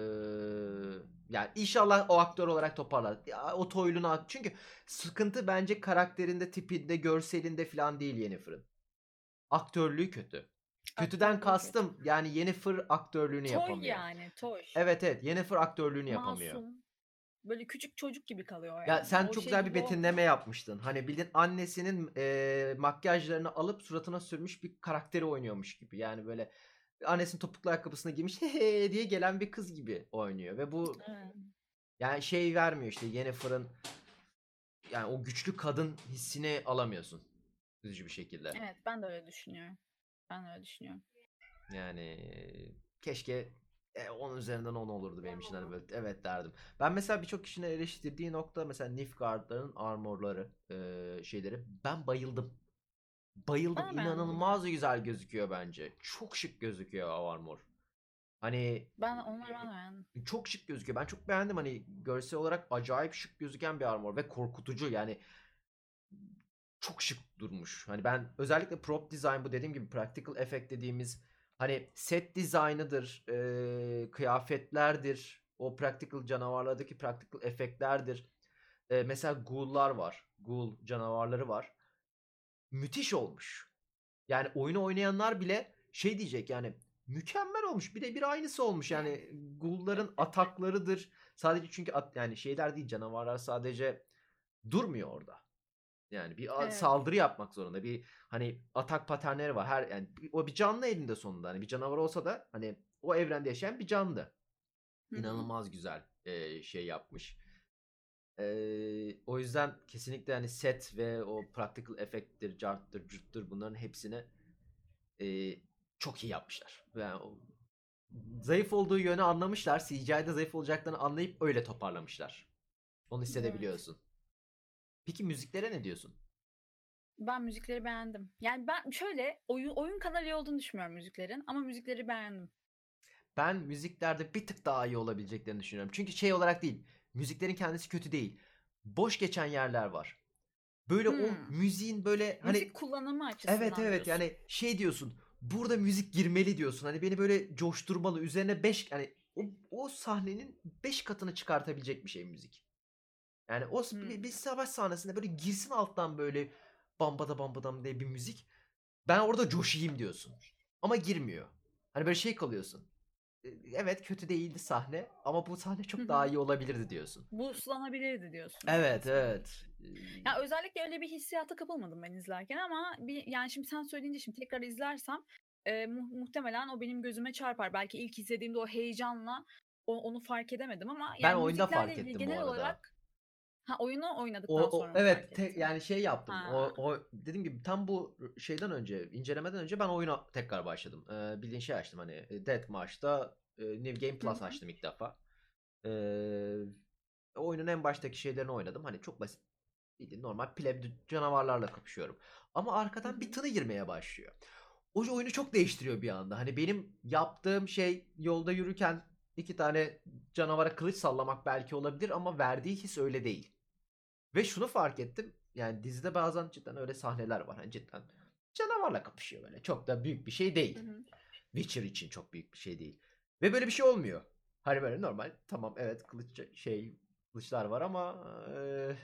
yani inşallah o aktör olarak toparlar. Ya, o toylunu çünkü sıkıntı bence karakterinde, tipinde, görselinde falan değil Yennefer'ın. Aktörlüğü kötü. Kötüden Aktörlüğü kötü. kastım yani Yennefer aktörlüğünü Toy yapamıyor. yani toy. Evet evet Yennefer aktörlüğünü yapamıyor. Masum. Böyle küçük çocuk gibi kalıyor Ya yani. sen O çok şey güzel bir gibi olmuyor. betimleme yapmıştın. Hani bildiğin annesinin e, makyajlarını alıp suratına sürmüş bir karakteri oynuyormuş gibi. Yani böyle annesinin topuklu ayakkabısını giymiş he diye gelen bir kız gibi oynuyor. Ve bu Evet. yani şey vermiyor işte Yennefer'ın yani o güçlü kadın hissini alamıyorsun. Üzücü bir şekilde. Evet, ben de öyle düşünüyorum. Ben de öyle düşünüyorum. Yani keşke e, on üzerinden on olurdu benim için hani böyle evet derdim. Ben mesela birçok kişinin eleştirdiği nokta mesela Nilfgaard'ların armorları, e, şeyleri ben bayıldım. Bayıldım. Ben beğendim İnanılmaz evet. güzel gözüküyor bence. Çok şık gözüküyor o armor. Hani Ben onları ben de beğendim. çok şık gözüküyor. Ben çok beğendim hani görsel olarak acayip şık gözüken bir armor ve korkutucu yani çok şık durmuş. Hani ben özellikle prop design bu dediğim gibi practical effect dediğimiz hani set dizaynıdır, e, kıyafetlerdir, o practical canavarlardaki practical efektlerdir. E, mesela ghoul'lar var. Ghoul canavarları var. Müthiş olmuş. Yani oyunu oynayanlar bile şey diyecek yani mükemmel olmuş. Birebir aynısı olmuş. Yani Ghoul'ların ataklarıdır. Sadece çünkü at, yani şeyler değil, canavarlar sadece durmuyor orada. Yani bir Evet. saldırı yapmak zorunda. Bir hani atak paternleri var. Her yani o bir canlı elinde sonunda. Hani bir canavar olsa da hani o evrende yaşayan bir canlı. Hı hı. İnanılmaz güzel e, şey yapmış. E, o yüzden kesinlikle hani set ve o practical effect'tir, carttır, cürttür, bunların hepsini e, çok iyi yapmışlar. Yani o, zayıf olduğu yönü anlamışlar. C G I'de zayıf olacaklarını anlayıp öyle toparlamışlar. Onu Evet. hissedebiliyorsun. Peki müziklere ne diyorsun? Ben müzikleri beğendim. Yani ben şöyle oyun oyun kadar iyi olduğunu düşünmüyorum müziklerin ama müzikleri beğendim. Ben müziklerde bir tık daha iyi olabileceklerini düşünüyorum. Çünkü şey olarak değil. Müziklerin kendisi kötü değil. Boş geçen yerler var. Böyle o Hmm. müziğin böyle hani Müzik kullanımı evet açısından evet diyorsun. yani şey diyorsun. Burada müzik girmeli diyorsun. Hani beni böyle coşturmalı. Üzerine beş yani o, o sahnenin beş katını çıkartabilecek bir şey müzik. Yani o Hmm. bir, bir savaş sahnesinde böyle girsin alttan böyle bambada bambadam diye bir müzik. Ben orada coşayım diyorsun. Ama girmiyor. Hani böyle şey kalıyorsun. E, Evet, kötü değildi sahne ama bu sahne Hı çok daha hı. iyi olabilirdi diyorsun. Boostlanabilirdi diyorsun o Evet kısmı. evet. E, Ya özellikle öyle bir hissiyata kapılmadım ben izlerken ama bir yani şimdi sen söyleyince şimdi tekrar izlersem e, mu- muhtemelen o benim gözüme çarpar. Belki ilk izlediğimde o heyecanla o- onu fark edemedim ama Ben yani oyunda müziklerle fark ilgili ettim bu genel arada. olarak ha oyunu O, oynadıktan o sonra mı fark evet te- ettin? yani şey yaptım. O, Ha. o dediğim gibi tam bu şeyden önce, incelemeden önce ben oyuna tekrar başladım. Ee, bildiğin şey açtım hani e, Deathmatch'ta e, New Game Hı Plus hı. açtım ilk defa. Ee, oyunun en baştaki şeylerini oynadım. Hani çok basit. Bildiğin normal pleb canavarlarla kapışıyorum. Ama Hı arkadan bir hı. tını girmeye başlıyor. O oyunu çok değiştiriyor bir anda. Hani benim yaptığım şey yolda yürürken iki tane canavara kılıç sallamak belki olabilir ama verdiği his öyle değil. Ve şunu fark ettim. Yani dizide bazen cidden öyle sahneler var. Hani cidden canavarla kapışıyor böyle. Çok da büyük bir şey Hı değil. hı. Witcher için çok büyük bir şey değil. Ve böyle bir şey olmuyor. Hani böyle normal tamam evet kılıç şey kılıçlar var ama e,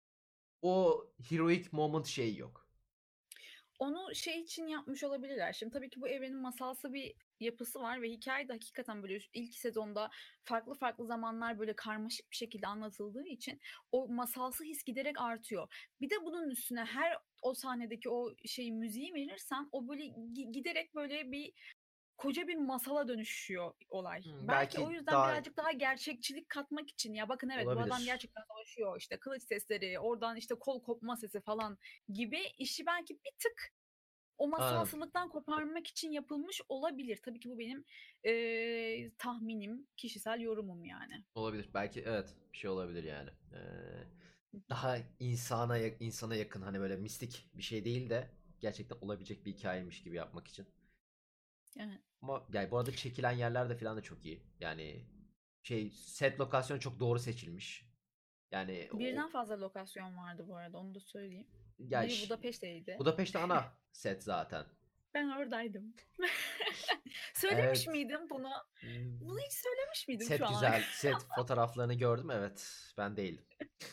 o heroic moment şeyi yok. Onu şey için yapmış olabilirler. Şimdi tabii ki bu evrenin masalsı bir yapısı var ve hikaye de hakikaten böyle ilk sezonda farklı farklı zamanlar böyle karmaşık bir şekilde anlatıldığı için o masalsı his giderek artıyor. Bir de bunun üstüne her o sahnedeki o şey müziği verirsen o böyle gi- giderek böyle bir koca bir masala dönüşüyor olay. Hmm, Belki o belki yüzden daha birazcık daha gerçekçilik katmak için ya bakın evet bu adam olabilir. gerçekten savaşıyor işte kılıç sesleri oradan işte kol kopma sesi falan gibi işi belki bir tık o Anladım. masalsılıktan koparmak için yapılmış olabilir. Tabii ki bu benim eee, tahminim, kişisel yorumum yani. Olabilir. Belki evet bir şey olabilir yani. Ee, daha insana insana yakın hani böyle mistik bir şey değil de gerçekten olabilecek bir hikayemiş gibi yapmak için. Evet. Ama yani bu arada çekilen yerler de falan da çok iyi. Yani şey set lokasyonu çok doğru seçilmiş. Yani o Birden fazla lokasyon vardı bu arada, onu da söyleyeyim. yani Biri ş- Budapeşte'ydi. Budapeşte ana set zaten. Ben oradaydım. Söylemiş Evet. miydim bunu? Bunu Hmm, hiç söylemiş miydim şu set ana? güzel. Set fotoğraflarını gördüm. Evet. Ben değildim.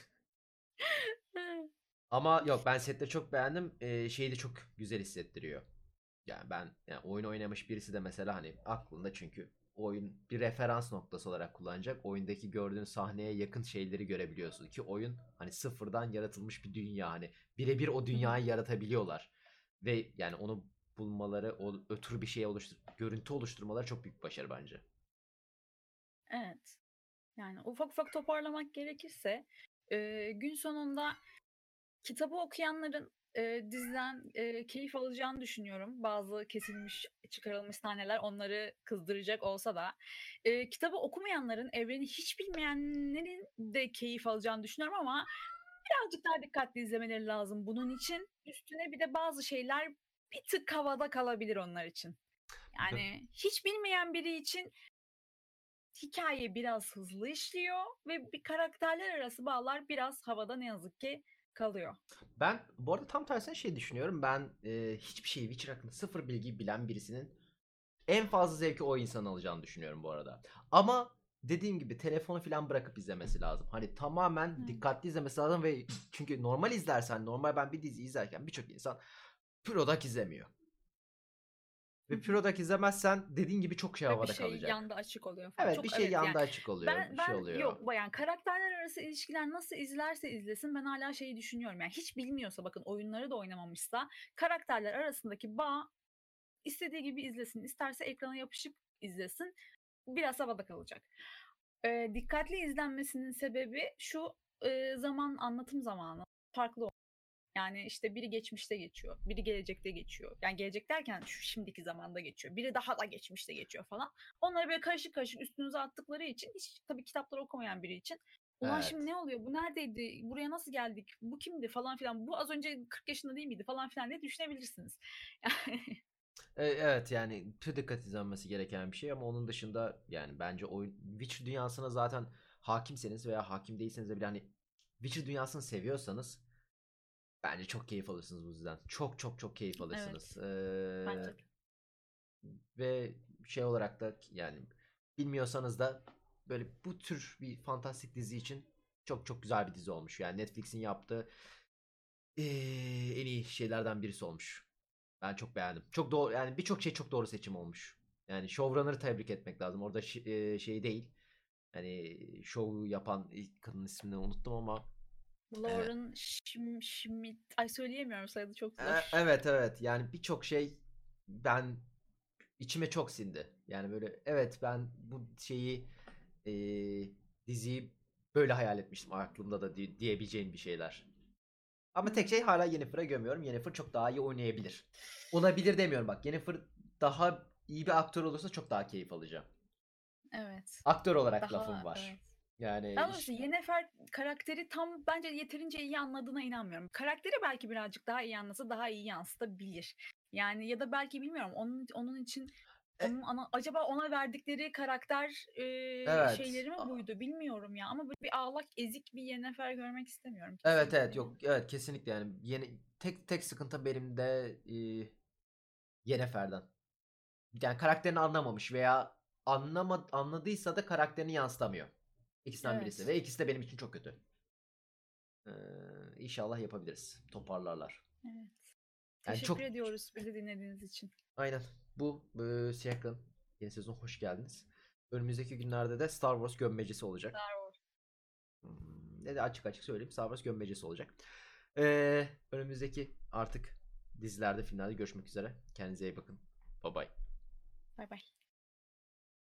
Ama yok ben setleri çok beğendim. Ee, şeyi de çok güzel hissettiriyor. Yani ben yani oyun oynamış birisi de mesela hani aklında çünkü oyun bir referans noktası olarak kullanacak. Oyundaki gördüğün sahneye yakın şeyleri görebiliyorsun ki oyun hani sıfırdan yaratılmış bir dünya hani birebir o dünyayı yaratabiliyorlar. Ve yani onu bulmaları, o ötürü bir şey oluştur, görüntü oluşturmaları çok büyük bir başarı bence. Evet. Yani ufak ufak toparlamak gerekirse eee, gün sonunda kitabı okuyanların eee, diziden eee, keyif alacağını düşünüyorum. Bazı kesilmiş, çıkarılmış sahneler onları kızdıracak olsa da eee, kitabı okumayanların, evreni hiç bilmeyenlerin de keyif alacağını düşünüyorum ama birazcık daha dikkatli izlemeleri lazım bunun için. Üstüne bir de bazı şeyler bir tık havada kalabilir onlar için. B- Yani hiç bilmeyen biri için hikaye biraz hızlı işliyor ve bir karakterler arası bağlar biraz havada ne yazık ki kalıyor. Ben bu arada tam tersine şey düşünüyorum. Ben e, hiçbir şeyi Witcher hakkında sıfır bilgi bilen birisinin en fazla zevki o insan alacağını düşünüyorum bu arada. Ama dediğim gibi telefonu falan bırakıp izlemesi lazım. Hani tamamen Hıı. dikkatli izlemesi lazım ve çünkü normal izlersen normal ben bir dizi izlerken birçok insan pür odak izlemiyor. Hı Ve hı. Pure izlemezsen dediğin gibi çok şey Ve bir havada şey kalacak. yanda açık oluyor falan. Evet, bir Çok şey evet yani yanda açık oluyor. Bir ben şey ben oluyor. yok yani karakterler arası ilişkiler nasıl izlerse izlesin ben hala şeyi düşünüyorum. Yani hiç bilmiyorsa bakın oyunları da oynamamışsa karakterler arasındaki bağ istediği gibi izlesin. İsterse ekrana yapışıp izlesin. Biraz havada kalacak. Eee, dikkatli izlenmesinin sebebi şu, eee, zaman anlatım zamanı farklı ol yani, işte, biri geçmişte geçiyor, biri gelecekte geçiyor. Yani, gelecek derken şu şimdiki zamanda geçiyor. Biri daha da geçmişte geçiyor falan. Onları böyle karışık karışık üstünüze attıkları için hiç tabii kitapları okumayan biri için "Ulan şimdi Evet. ne oluyor? Bu neredeydi? Buraya nasıl geldik? Bu kimdi?" falan filan. "Bu az önce kırk yaşında değil miydi?" falan filan diye düşünebilirsiniz. Yani E, evet yani pür dikkat izlenmesi gereken bir şey ama onun dışında yani bence oyun Witcher dünyasına zaten hakimseniz veya hakim değilseniz de bile hani Witcher dünyasını seviyorsanız bence çok keyif alırsınız bu yüzden. Çok çok çok keyif alırsınız. Evet, Ee, bence de. ve şey olarak da yani bilmiyorsanız da böyle bu tür bir fantastik dizi için çok çok güzel bir dizi olmuş. Yani Netflix'in yaptığı ee, en iyi şeylerden birisi olmuş. Ben çok beğendim. Çok doğru yani birçok şey çok doğru seçim olmuş. Yani showrunner'ı tebrik etmek lazım. Orada şi- e, şey değil. Hani şovu yapan ilk kadın ismini unuttum ama e, Lauren Schim Schmidt. Ay söyleyemiyorum soyadı çok e, zor. evet evet yani birçok şey ben içime çok sindi. Yani böyle evet ben bu şeyi e, diziyi böyle hayal etmiştim aklımda da di- diyebileceğim bir şeyler. Hı Ama tek hı. şey hala Yennefer'a gömüyorum. Yennefer çok daha iyi oynayabilir. Olabilir demiyorum bak. Yennefer daha iyi bir aktör olursa çok daha keyif alacağım. Evet. Aktör olarak lafım Daha var. evet. Yani Daha doğrusu iş- Yennefer karakteri tam bence yeterince iyi anladığına inanmıyorum. Karakteri belki birazcık daha iyi anlasa daha iyi yansıtabilir. Yani ya da belki bilmiyorum onun onun için E, onun ana, acaba ona verdikleri karakter e, evet. şeyleri mi A- buydu bilmiyorum ya ama böyle bir ağlak ezik bir Yennefer görmek istemiyorum Evet kesinlikle evet yani. yok evet kesinlikle yani yeni tek tek sıkıntı benim de e, Yennefer'den. Yani karakterini anlamamış veya anlama anladıysa da karakterini yansıtamıyor. İkisinden birisi Evet. ve ikisi de benim için çok kötü. Ee, inşallah yapabiliriz. Toparlarlar. Evet. Yani Teşekkür çok ediyoruz bizi dinlediğiniz için. aynen. Bu e, Siyah'ın yeni sezon hoş geldiniz. Önümüzdeki günlerde de Star Wars gömmecesi olacak. Star Wars. Hmm, ne de açık açık söyleyeyim Star Wars gömmecesi olacak. Ee, önümüzdeki artık dizilerde, filmlerde görüşmek üzere. Kendinize iyi bakın. Bye bye. Bay bay.